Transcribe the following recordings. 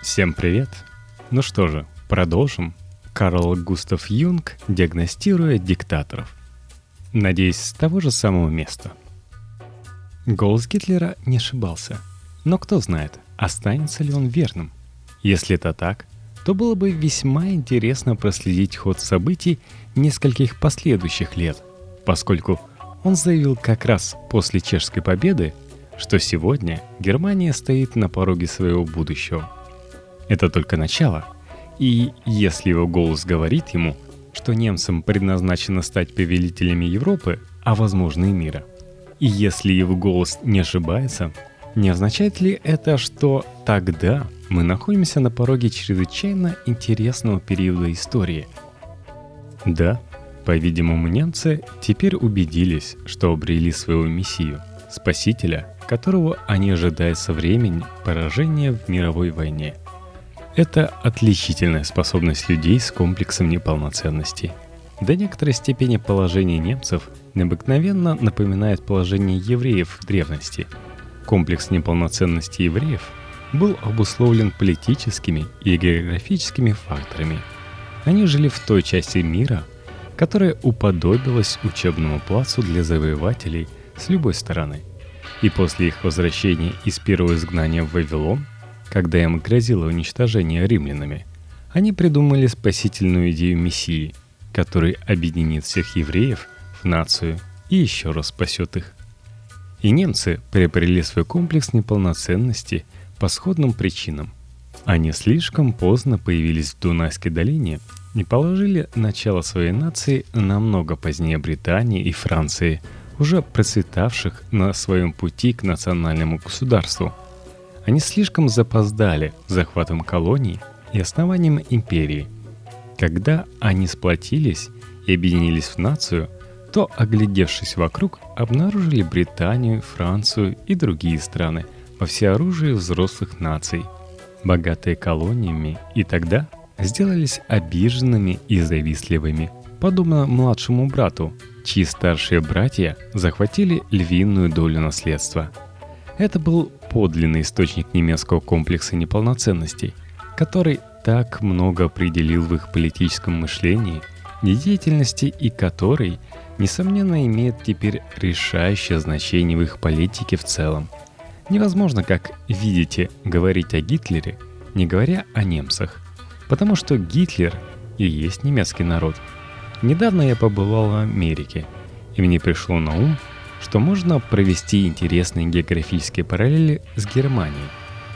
Всем привет! Ну что же, продолжим. Карл Густав Юнг диагностирует диктаторов. Надеюсь, с того же самого места. Голос Гитлера не ошибался. Но кто знает, останется ли он верным. Если это так, то было бы весьма интересно проследить ход событий нескольких последующих лет, поскольку он заявил как раз после чешской победы, что сегодня Германия стоит на пороге своего будущего. Это только начало, и если его голос говорит ему, что немцам предназначено стать повелителями Европы, а возможно и мира, и если его голос не ошибается, не означает ли это, что тогда мы находимся на пороге чрезвычайно интересного периода истории? Да, по-видимому, немцы теперь убедились, что обрели своего мессию, спасителя, которого они ожидают со времени поражения в мировой войне. Это отличительная способность людей с комплексом неполноценности. До некоторой степени положение немцев необыкновенно напоминает положение евреев в древности. Комплекс неполноценности евреев был обусловлен политическими и географическими факторами. Они жили в той части мира, которая уподобилась учебному плацу для завоевателей с любой стороны. И после их возвращения из первого изгнания в Вавилон, когда им грозило уничтожение римлянами, они придумали спасительную идею Мессии, который объединит всех евреев в нацию и еще раз спасет их. И немцы приобрели свой комплекс неполноценности по сходным причинам. Они слишком поздно появились в Дунайской долине и положили начало своей нации намного позднее Британии и Франции, уже процветавших на своем пути к национальному государству. Они слишком запоздали с захватом колоний и основанием империи. Когда они сплотились и объединились в нацию, то, оглядевшись вокруг, обнаружили Британию, Францию и другие страны во всеоружии взрослых наций, богатые колониями, и тогда сделались обиженными и завистливыми, подобно младшему брату, чьи старшие братья захватили львиную долю наследства. Это был подлинный источник немецкого комплекса неполноценностей, который так много определил в их политическом мышлении и деятельности, и который, несомненно, имеет теперь решающее значение в их политике в целом. Невозможно, как видите, говорить о Гитлере, не говоря о немцах, потому что Гитлер и есть немецкий народ. Недавно я побывал в Америке, и мне пришло на ум, что можно провести интересные географические параллели с Германией.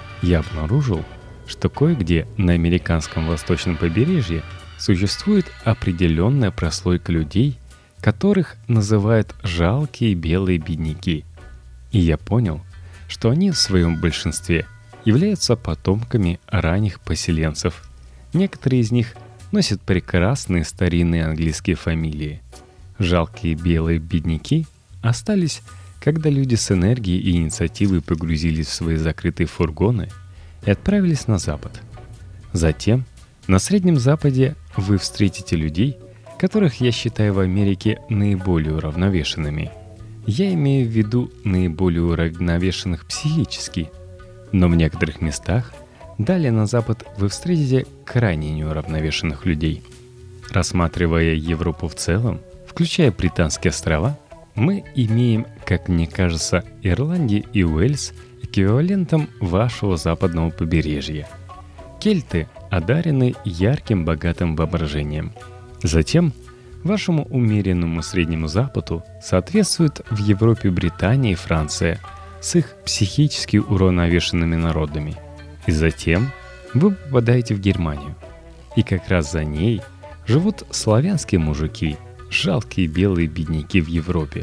Я обнаружил, что кое-где на американском восточном побережье существует определенная прослойка людей, которых называют жалкие белые бедняки. И я понял, что они в своем большинстве являются потомками ранних поселенцев. Некоторые из них носят прекрасные старинные английские фамилии. Жалкие белые бедняки остались, когда люди с энергией и инициативой погрузились в свои закрытые фургоны и отправились на запад. Затем, на Среднем Западе вы встретите людей, которых я считаю в Америке наиболее уравновешенными. Я имею в виду наиболее уравновешенных психически, но в некоторых местах далее на запад вы встретите крайне неуравновешенных людей. Рассматривая Европу в целом, включая Британские острова, мы имеем, как мне кажется, Ирландию и Уэльс эквивалентом вашего западного побережья. Кельты одарены ярким богатым воображением. Затем вашему умеренному Среднему Западу соответствуют в Европе Британия и Франция с их психически уравновешенными народами. И затем вы попадаете в Германию. И как раз за ней живут славянские мужики, жалкие белые бедняки в Европе.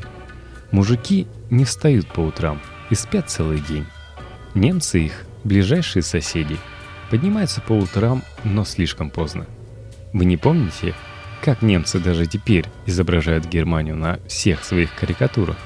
Мужики не встают по утрам и спят целый день. Немцы, их ближайшие соседи, поднимаются по утрам, но слишком поздно. Вы не помните, как немцы даже теперь изображают Германию на всех своих карикатурах?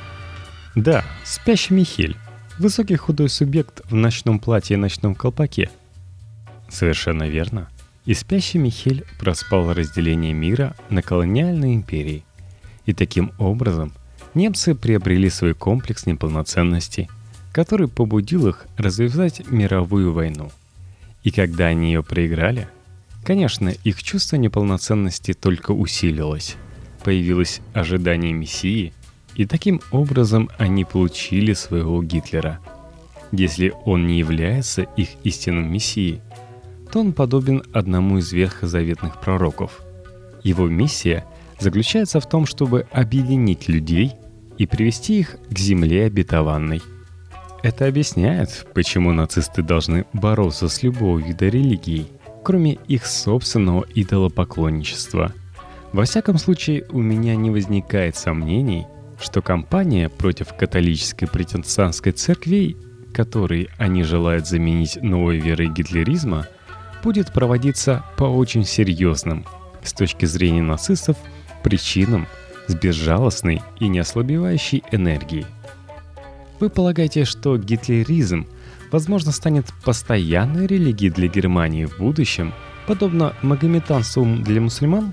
Да, спящий Михель, высокий худой субъект в ночном платье и ночном колпаке. Совершенно верно. И спящий Михель проспал разделение мира на колониальные империи. И таким образом немцы приобрели свой комплекс неполноценности, который побудил их развязать мировую войну. И когда они ее проиграли, конечно, их чувство неполноценности только усилилось. Появилось ожидание Мессии, и таким образом они получили своего Гитлера. Если он не является их истинным Мессией, то он подобен одному из ветхозаветных пророков. Его миссия заключается в том, чтобы объединить людей и привести их к земле обетованной. Это объясняет, почему нацисты должны бороться с любой видом религии, кроме их собственного идолопоклонничества. Во всяком случае, у меня не возникает сомнений, что кампания против католической протестантской церквей, которые они желают заменить новой верой гитлеризма, будет проводиться по очень серьезным, с точки зрения нацистов, причинам с безжалостной и неослабевающей энергией. Вы полагаете, что гитлеризм, возможно, станет постоянной религией для Германии в будущем, подобно магометанству для мусульман?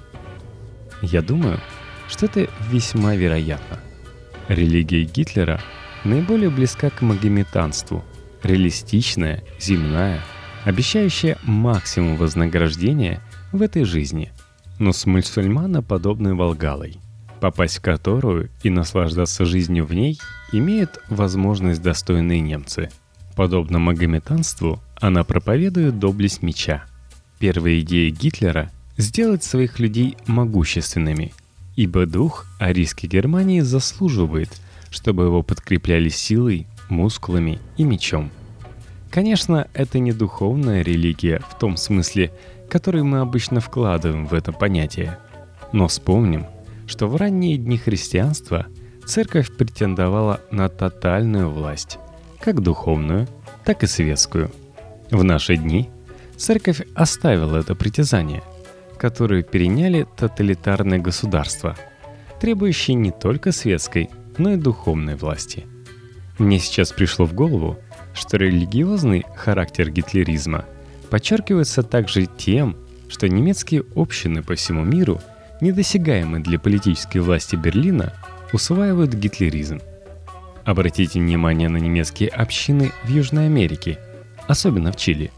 Я думаю, что это весьма вероятно. Религия Гитлера наиболее близка к магометанству, реалистичная, земная, обещающая максимум вознаграждения в этой жизни, но с мусульманоподобной Волгалой, попасть в которую и наслаждаться жизнью в ней имеют возможность достойные немцы. Подобно магометанству, она проповедует доблесть меча. Первая идея Гитлера – сделать своих людей могущественными, ибо дух арийской Германии заслуживает, чтобы его подкрепляли силой, мускулами и мечом. Конечно, это не духовная религия в том смысле, который мы обычно вкладываем в это понятие. Но вспомним, что в ранние дни христианства церковь претендовала на тотальную власть, как духовную, так и светскую. В наши дни церковь оставила это притязание, которое переняли тоталитарные государства, требующие не только светской, но и духовной власти. Мне сейчас пришло в голову, что религиозный характер гитлеризма подчеркивается также тем, что немецкие общины по всему миру, недосягаемые для политической власти Берлина, усваивают гитлеризм. Обратите внимание на немецкие общины в Южной Америке, особенно в Чили.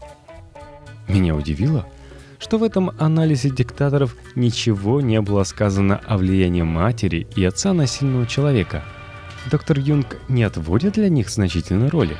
Меня удивило, что в этом анализе диктаторов ничего не было сказано о влиянии матери и отца насильного человека. Доктор Юнг не отводит для них значительной роли.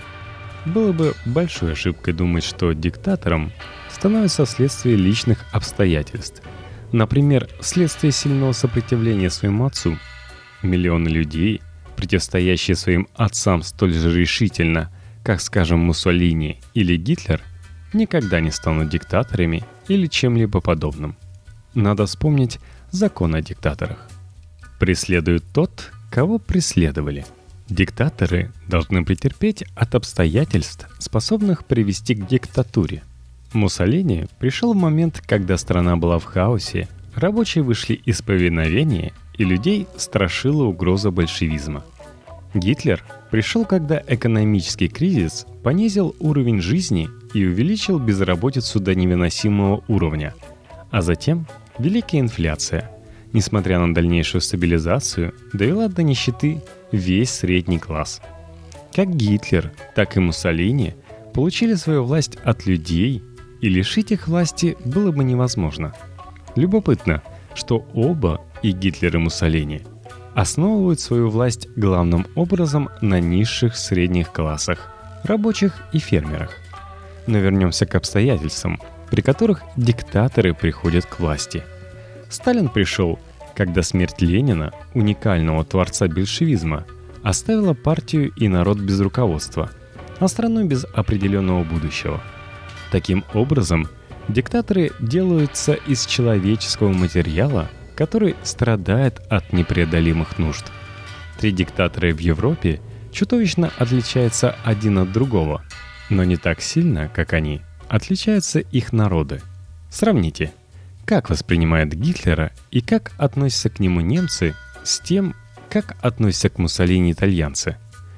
Было бы большой ошибкой думать, что диктатором становится вследствие личных обстоятельств. Например, вследствие сильного сопротивления своему отцу. Миллионы людей, противостоящие своим отцам столь же решительно, как, скажем, Муссолини или Гитлер, никогда не станут диктаторами или чем-либо подобным. Надо вспомнить закон о диктаторах. Преследует тот, кого преследовали. Диктаторы должны претерпеть от обстоятельств, способных привести к диктатуре. Муссолини пришел в момент, когда страна была в хаосе, рабочие вышли из повиновения, и людей страшила угроза большевизма. Гитлер пришел, когда экономический кризис понизил уровень жизни и увеличил безработицу до невыносимого уровня, а затем великая инфляция, несмотря на дальнейшую стабилизацию, довела до нищеты весь средний класс. Как Гитлер, так и Муссолини получили свою власть от людей, и лишить их власти было бы невозможно. Любопытно, что оба, и Гитлер, и Муссолини, основывают свою власть главным образом на низших средних классах, рабочих и фермерах. Но вернемся к обстоятельствам, при которых диктаторы приходят к власти. Сталин пришел, когда смерть Ленина, уникального творца большевизма, оставила партию и народ без руководства, а страну без определенного будущего. Таким образом, диктаторы делаются из человеческого материала, который страдает от непреодолимых нужд. Три диктатора в Европе чудовищно отличаются один от другого, но не так сильно, как они, отличаются их народы. Сравните, как воспринимают Гитлера и как относятся к нему немцы с тем, как относятся к Муссолини итальянцы.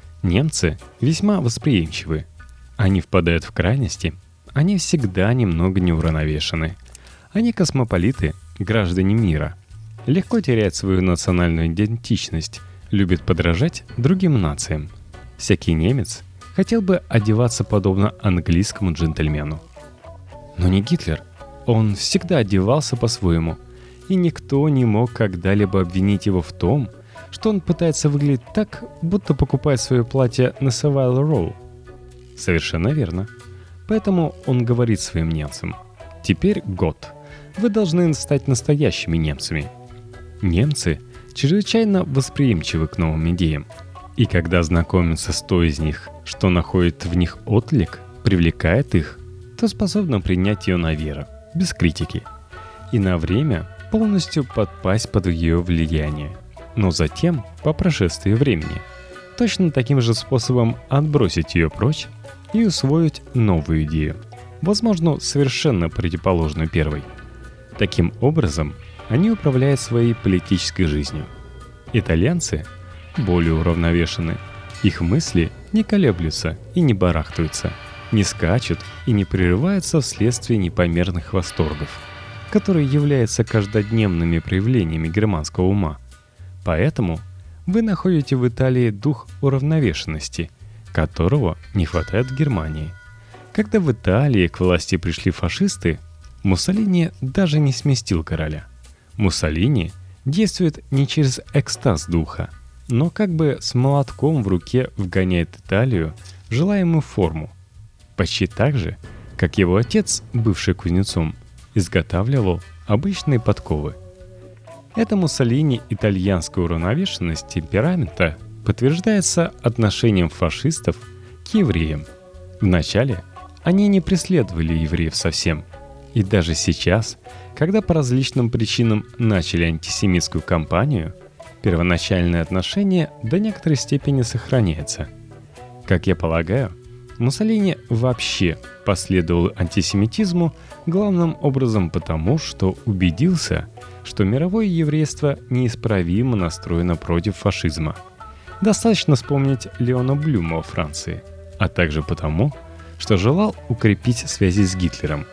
Немцы весьма восприимчивы. Они впадают в крайности, они всегда немного неуравновешены. Они космополиты, граждане мира. Легко теряют свою национальную идентичность, любят подражать другим нациям. Всякий немец хотел бы одеваться подобно английскому джентльмену. Но не Гитлер. Он всегда одевался по-своему, и никто не мог когда-либо обвинить его в том, что он пытается выглядеть так, будто покупает свое платье на Savile Row. Совершенно верно. Поэтому он говорит своим немцам: «Теперь год. Вы должны стать настоящими немцами». Немцы чрезвычайно восприимчивы к новым идеям. И когда знакомятся с той из них, что находит в них отклик, привлекает их, то способны принять ее на веру, без критики, и на время полностью подпасть под ее влияние. Но затем, по прошествии времени, точно таким же способом отбросить ее прочь и усвоить новую идею, возможно, совершенно противоположную первой. Таким образом, они управляют своей политической жизнью. Итальянцы более уравновешены. Их мысли не колеблются и не барахтаются, не скачут и не прерываются вследствие непомерных восторгов, которые являются каждодневными проявлениями германского ума. Поэтому вы находите в Италии дух уравновешенности, которого не хватает в Германии. Когда в Италии к власти пришли фашисты, Муссолини даже не сместил короля. Муссолини действует не через экстаз духа, но как бы с молотком в руке вгоняет Италию в желаемую форму. Почти так же, как его отец, бывший кузнецом, изготавливал обычные подковы. Эта Муссолини итальянская уравновешенность темперамента подтверждается отношением фашистов к евреям. Вначале они не преследовали евреев совсем. И даже сейчас, когда по различным причинам начали антисемитскую кампанию, первоначальное отношение до некоторой степени сохраняется. Как я полагаю, Муссолини вообще последовал антисемитизму главным образом потому, что убедился, что мировое еврейство неисправимо настроено против фашизма. Достаточно вспомнить Леона Блюма во Франции, а также потому, что желал укрепить связи с Гитлером.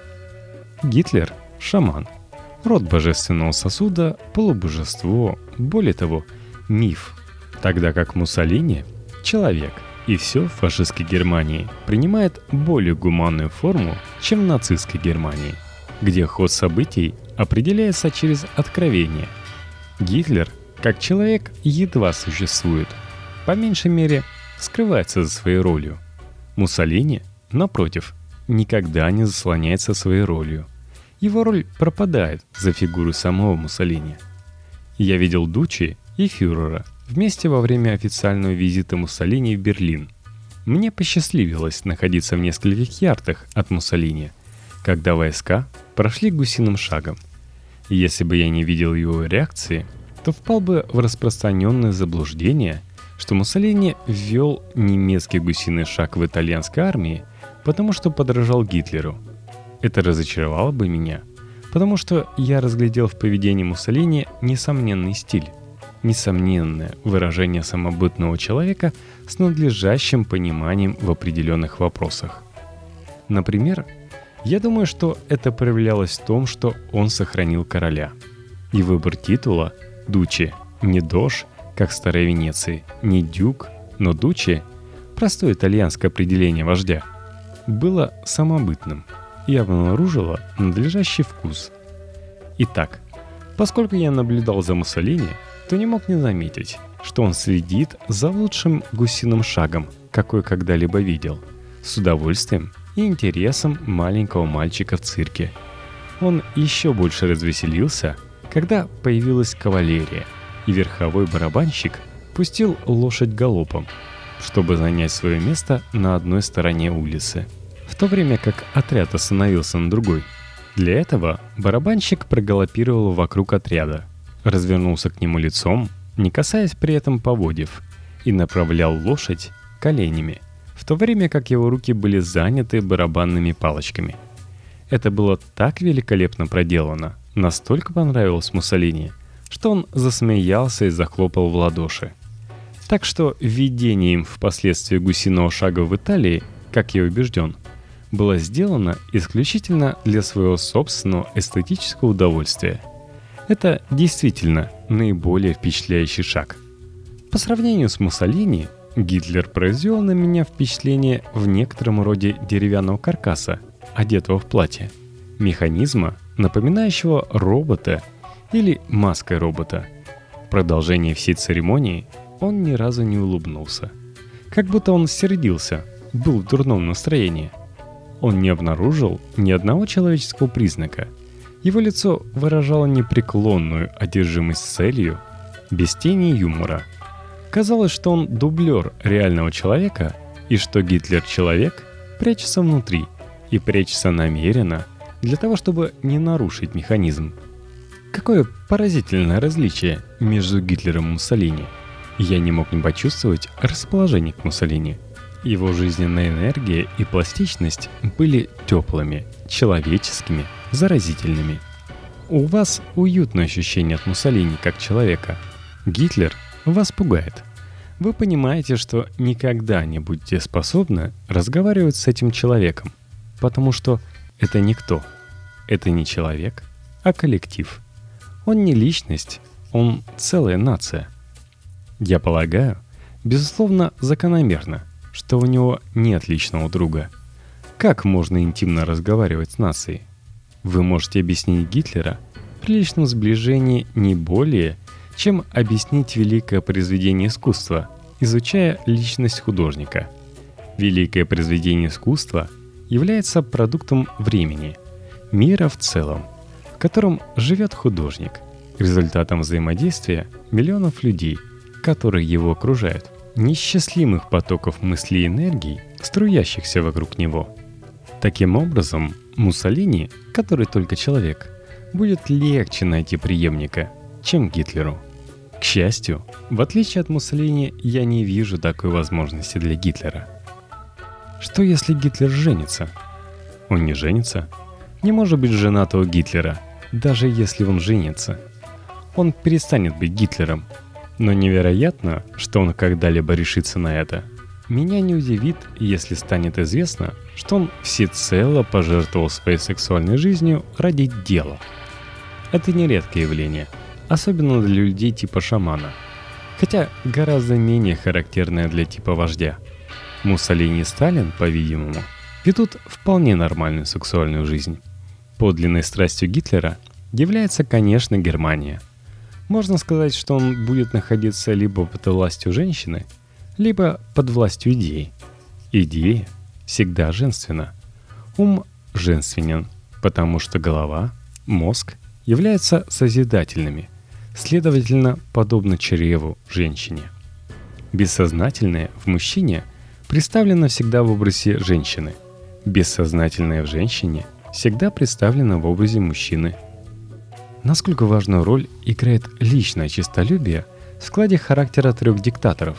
Гитлер – шаман, род божественного сосуда, полубожество, более того, миф, тогда как Муссолини – человек, и все в фашистской Германии принимает более гуманную форму, чем в нацистской Германии, где ход событий определяется через откровение. Гитлер, как человек, едва существует, по меньшей мере, скрывается за своей ролью. Муссолини, напротив, никогда не заслоняется своей ролью. Его роль пропадает за фигурой самого Муссолини. Я видел Дуччи и фюрера вместе во время официального визита Муссолини в Берлин. Мне посчастливилось находиться в нескольких ярдах от Муссолини, когда войска прошли гусиным шагом. Если бы я не видел его реакции, то впал бы в распространенное заблуждение, что Муссолини ввел немецкий гусиный шаг в итальянской армии, потому что подражал Гитлеру. Это разочаровало бы меня, потому что я разглядел в поведении Муссолини несомненный стиль, несомненное выражение самобытного человека с надлежащим пониманием в определенных вопросах. Например, я думаю, что это проявлялось в том, что он сохранил короля. И выбор титула «Дуччи» не «Дож», как в Старой Венеции, не «Дюк», но «Дуччи» – простое итальянское определение вождя – было самобытным и обнаружило надлежащий вкус. Итак, поскольку я наблюдал за Муссолини, то не мог не заметить, что он следит за лучшим гусиным шагом, какой когда-либо видел, с удовольствием и интересом маленького мальчика в цирке. Он еще больше развеселился, когда появилась кавалерия, и верховой барабанщик пустил лошадь галопом, чтобы занять свое место на одной стороне улицы, в то время как отряд остановился на другой. Для этого барабанщик прогалопировал вокруг отряда, развернулся к нему лицом, не касаясь при этом поводьев, и направлял лошадь коленями, в то время как его руки были заняты барабанными палочками. Это было так великолепно проделано, настолько понравилось Муссолини, что он засмеялся и захлопал в ладоши. Так что введение им впоследствии гусиного шага в Италии, как я убежден, было сделано исключительно для своего собственного эстетического удовольствия. Это действительно наиболее впечатляющий шаг. По сравнению с Муссолини, Гитлер произвел на меня впечатление в некотором роде деревянного каркаса, одетого в платье. механизма, напоминающего робота или маской робота. В продолжении всей церемонии он ни разу не улыбнулся. Как будто он сердился, был в дурном настроении. Он не обнаружил ни одного человеческого признака. Его лицо выражало непреклонную одержимость целью, без тени юмора. Казалось, что он дублер реального человека, и что Гитлер-человек прячется внутри, и прячется намеренно, для того, чтобы не нарушить механизм. Какое поразительное различие между Гитлером и Муссолини. Я не мог не почувствовать расположение к Муссолини. Его жизненная энергия и пластичность были теплыми, человеческими, заразительными. У вас уютное ощущение от Муссолини как человека. Гитлер вас пугает. Вы понимаете, что никогда не будете способны разговаривать с этим человеком, потому что это никто. Это не человек, а коллектив. Он не личность, он целая нация. Я полагаю, безусловно, закономерно, что у него нет личного друга. Как можно интимно разговаривать с нацией? Вы можете объяснить Гитлера при личном сближении не более, чем объяснить великое произведение искусства, изучая личность художника. Великое произведение искусства является продуктом времени, мира в целом, в котором живет художник, результатом взаимодействия миллионов людей, которые его окружают, неисчислимых потоков мыслей и энергий, струящихся вокруг него. Таким образом, Муссолини, который только человек, будет легче найти преемника, чем Гитлеру. К счастью, в отличие от Муссолини, я не вижу такой возможности для Гитлера. Что если Гитлер женится? Он не женится. Не может быть женатого Гитлера, даже если он женится. Он перестанет быть Гитлером. Но невероятно, что он когда-либо решится на это. Меня не удивит, если станет известно, что он всецело пожертвовал своей сексуальной жизнью ради дела. Это нередкое явление, особенно для людей типа шамана, хотя гораздо менее характерное для типа вождя. Муссолини и Сталин, по-видимому, ведут вполне нормальную сексуальную жизнь. Подлинной страстью Гитлера является, конечно, Германия. Можно сказать, что он будет находиться либо под властью женщины, либо под властью идеи. Идея всегда женственна. Ум женственен, потому что голова, мозг являются созидательными, следовательно, подобно чреву женщине. Бессознательное в мужчине представлено всегда в образе женщины. Бессознательное в женщине всегда представлено в образе мужчины. Насколько важную роль играет личное честолюбие в складе характера трех диктаторов?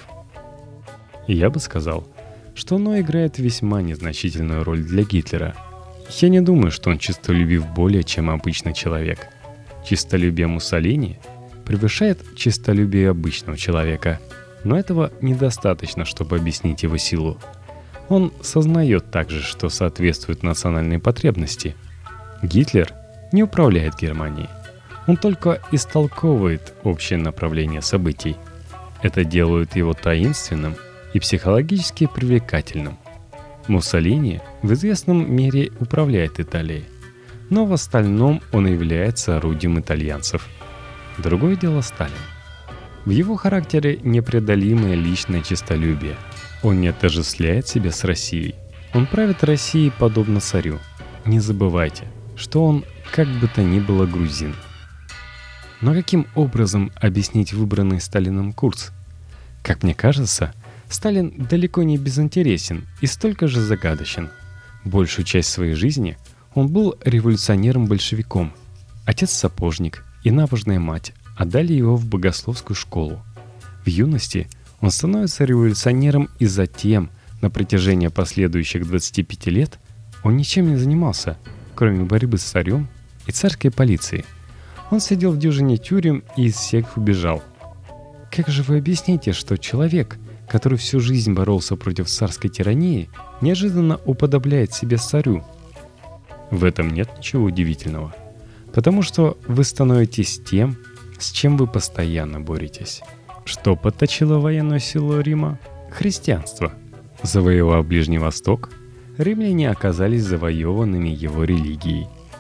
Я бы сказал, что оно играет весьма незначительную роль для Гитлера. Я не думаю, что он честолюбив более, чем обычный человек. Честолюбие Муссолини превышает честолюбие обычного человека, но этого недостаточно, чтобы объяснить его силу. Он сознает также, что соответствует национальной потребности. Гитлер не управляет Германией. Он только истолковывает общее направление событий. Это делает его таинственным и психологически привлекательным. Муссолини в известном мере управляет Италией, но в остальном он является орудием итальянцев. Другое дело Сталин. В его характере непреодолимое личное честолюбие. Он не отождествляет себя с Россией. Он правит Россией подобно царю. Не забывайте, что он как бы то ни было грузин. Но каким образом объяснить выбранный Сталином курс? Как мне кажется, Сталин далеко не безинтересен и столько же загадочен. Большую часть своей жизни он был революционером-большевиком. Отец-сапожник и набожная мать отдали его в богословскую школу. В юности он становится революционером, и затем, на протяжении последующих 25 лет, он ничем не занимался, кроме борьбы с царем и царской полицией. Он сидел в дюжине тюрем и из всех убежал. Как же вы объясните, что человек, который всю жизнь боролся против царской тирании, неожиданно уподобляет себе царю? В этом нет ничего удивительного, потому что вы становитесь тем, с чем вы постоянно боретесь. Что подточило военную силу Рима? Христианство. Завоевав Ближний Восток, римляне оказались завоеванными его религией.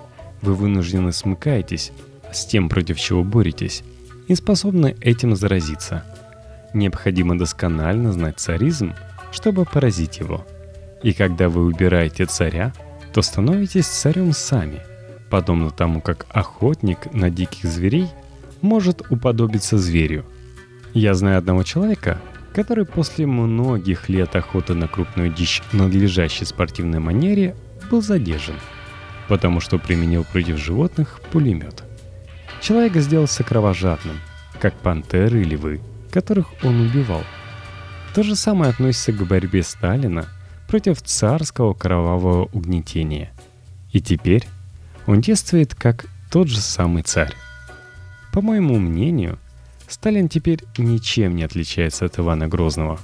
вы вынуждены смыкаетесь с тем, против чего боретесь, и способны этим заразиться. Необходимо досконально знать царизм, чтобы поразить его. И когда вы убираете царя, то становитесь царем сами, подобно тому, как охотник на диких зверей может уподобиться зверю. Я знаю одного человека, который после многих лет охоты на крупную дичь в надлежащей спортивной манере был задержан, потому что применил против животных пулемет. Человек сделался кровожадным, как пантеры и львы, которых он убивал. То же самое относится к борьбе Сталина против царского кровавого угнетения. И теперь он действует как тот же самый царь. По моему мнению, Сталин теперь ничем не отличается от Ивана Грозного.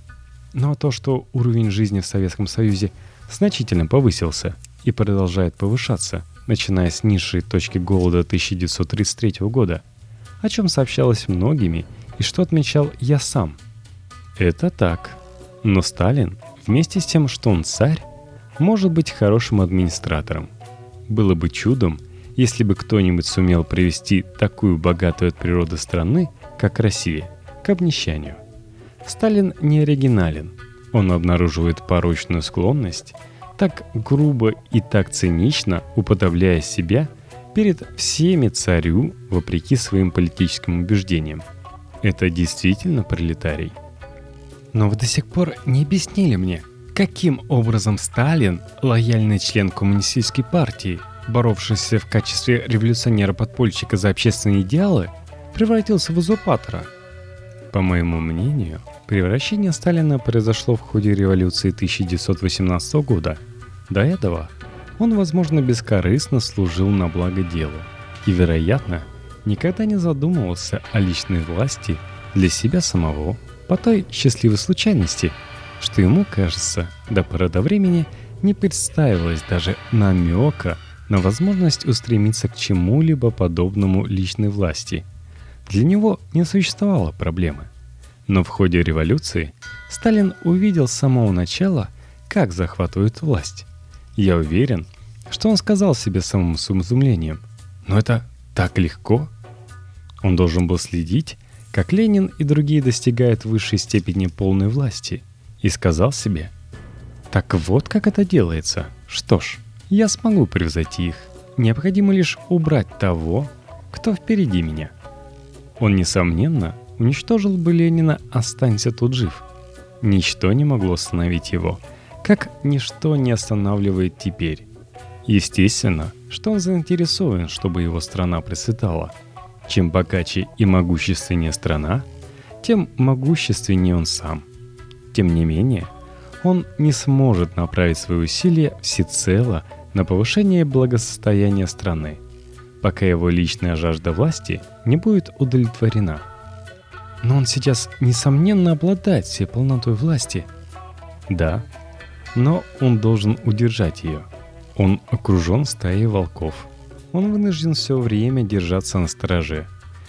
Но то, что уровень жизни в Советском Союзе значительно повысился и продолжает повышаться, начиная с низшей точки голода 1933 года, о чем сообщалось многими и что отмечал я сам. Это так. Но Сталин, вместе с тем, что он царь, может быть хорошим администратором. Было бы чудом, если бы кто-нибудь сумел привести такую богатую от природы страны, как Россия, к обнищанию. Сталин не оригинален. Он обнаруживает порочную склонность, так грубо и так цинично уподобляя себя перед всеми царю, вопреки своим политическим убеждениям. Это действительно пролетарий. Но вы до сих пор не объяснили мне, каким образом Сталин, лояльный член коммунистической партии, боровшийся в качестве революционера-подпольщика за общественные идеалы, превратился в узурпатора. По моему мнению, превращение Сталина произошло в ходе революции 1918 года. До этого он, возможно, бескорыстно служил на благо делу и, вероятно, никогда не задумывался о личной власти для себя самого по той счастливой случайности, что ему, кажется, до поры до времени не представилось даже намека на возможность устремиться к чему-либо подобному личной власти. Для него не существовало проблемы. Но в ходе революции Сталин увидел с самого начала, как захватывают власть. Я уверен, что он сказал себе самым своим изумлением: «Но это так легко». Он должен был следить, как Ленин и другие достигают высшей степени полной власти, и сказал себе: «Так вот как это делается. Что ж, я смогу превзойти их. Необходимо лишь убрать того, кто впереди меня». Он, несомненно, уничтожил бы Ленина, останься тут жив. Ничто не могло остановить его, как ничто не останавливает теперь. Естественно, что он заинтересован, чтобы его страна процветала. Чем богаче и могущественнее страна, тем могущественнее он сам. Тем не менее, он не сможет направить свои усилия всецело на повышение благосостояния страны, пока его личная жажда власти не будет удовлетворена. Но он сейчас, несомненно, обладает всей полнотой власти. Да, но он должен удержать ее. Он окружен стаей волков. Он вынужден все время держаться на стороже.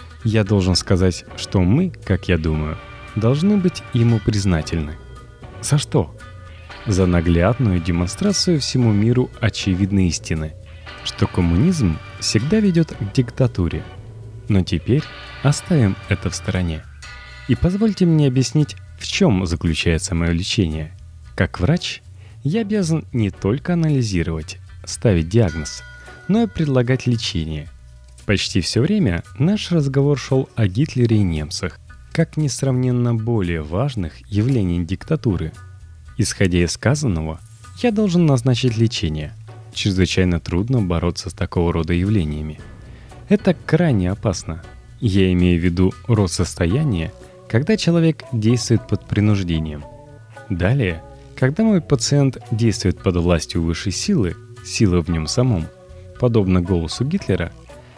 Я должен сказать, что мы, как я думаю, должны быть ему признательны. За что? За наглядную демонстрацию всему миру очевидной истины, что коммунизм всегда ведет к диктатуре. Но теперь оставим это в стороне. И позвольте мне объяснить, в чем заключается мое лечение. Как врач, я обязан не только анализировать, ставить диагноз, но и предлагать лечение. Почти все время наш разговор шел о Гитлере и немцах, как несравненно более важных явлений диктатуры. Исходя из сказанного, я должен назначить лечение. Чрезвычайно трудно бороться с такого рода явлениями. Это крайне опасно. Я имею в виду род состояния, когда человек действует под принуждением. Далее, когда мой пациент действует под властью высшей силы, силы в нем самом, подобно голосу Гитлера,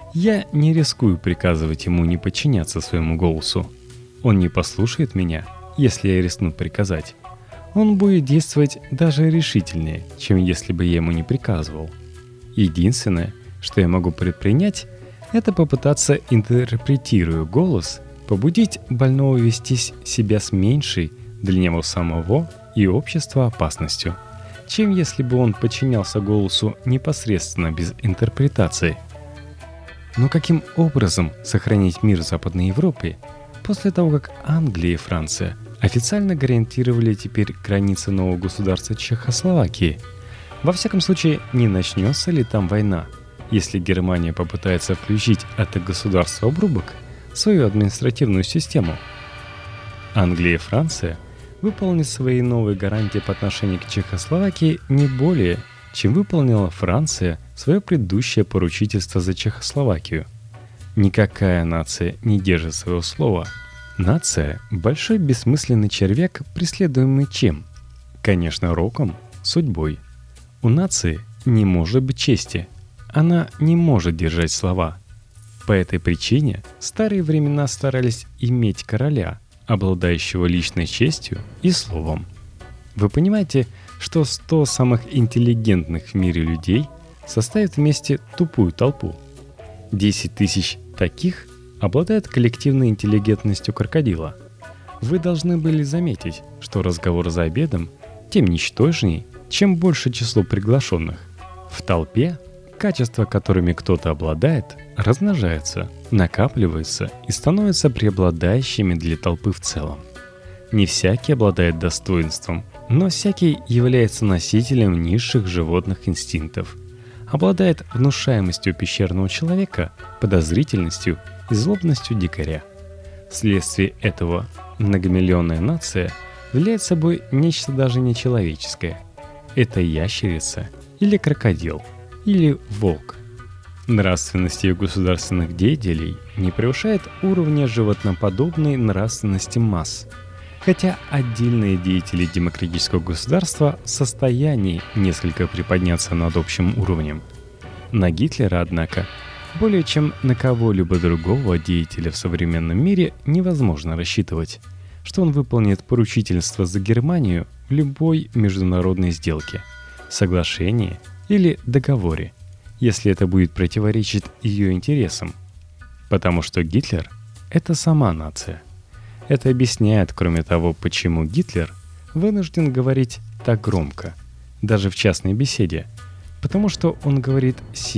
я не рискую приказывать ему не подчиняться своему голосу. Он не послушает меня, если я рискну приказать. Он будет действовать даже решительнее, чем если бы я ему не приказывал. Единственное, что я могу предпринять, это попытаться, интерпретируя голос, побудить больного вести себя с меньшей для него самого и общества опасностью. чем если бы он подчинялся голосу непосредственно без интерпретации. Но каким образом сохранить мир в Западной Европе после того, как Англия и Франция официально гарантировали теперь границы нового государства Чехословакии? Во всяком случае, не начнется ли там война, если Германия попытается включить это государство обрубок в свою административную систему? Англия и Франция выполнит свои новые гарантии по отношению к Чехословакии не более, чем выполнила Франция свое предыдущее поручительство за Чехословакию. Никакая нация не держит своего слова. Нация – большой бессмысленный червяк, преследуемый чем? Конечно, роком, судьбой. У нации не может быть чести. Она не может держать слова. По этой причине в старые времена старались иметь короля, обладающего личной честью и словом. Вы понимаете, что 100 самых интеллигентных в мире людей составят вместе тупую толпу. 10 тысяч таких обладают коллективной интеллигентностью крокодила. Вы должны были заметить, что разговор за обедом тем ничтожней, чем больше число приглашенных. В толпе качества, которыми кто-то обладает, размножаются, накапливаются и становятся преобладающими для толпы в целом. Не всякий обладает достоинством, но всякий является носителем низших животных инстинктов, обладает внушаемостью пещерного человека, подозрительностью и злобностью дикаря. Вследствие этого многомиллионная нация является собой нечто даже нечеловеческое. Это ящерица или крокодил, или волк. Нравственность ее государственных деятелей не превышает уровня животноподобной нравственности масс, хотя отдельные деятели демократического государства в состоянии несколько приподняться над общим уровнем. На Гитлера, однако, более чем на кого-либо другого деятеля в современном мире невозможно рассчитывать, что он выполнит поручительство за Германию в любой международной сделке, соглашении или договоре, если это будет противоречить ее интересам. Потому что Гитлер — это сама нация. Это объясняет, кроме того, почему Гитлер вынужден говорить так громко, даже в частной беседе, потому что он говорит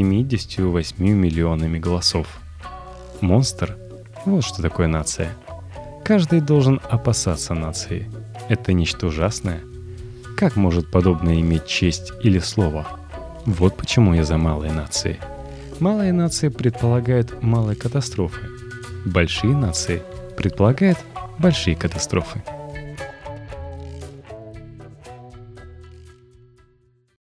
78 миллионами голосов. Монстр — вот что такое нация. Каждый должен опасаться нации. Это нечто ужасное. Как может подобное иметь честь или слово? Вот почему я за малые нации. Малые нации предполагают малые катастрофы. Большие нации предполагают большие катастрофы.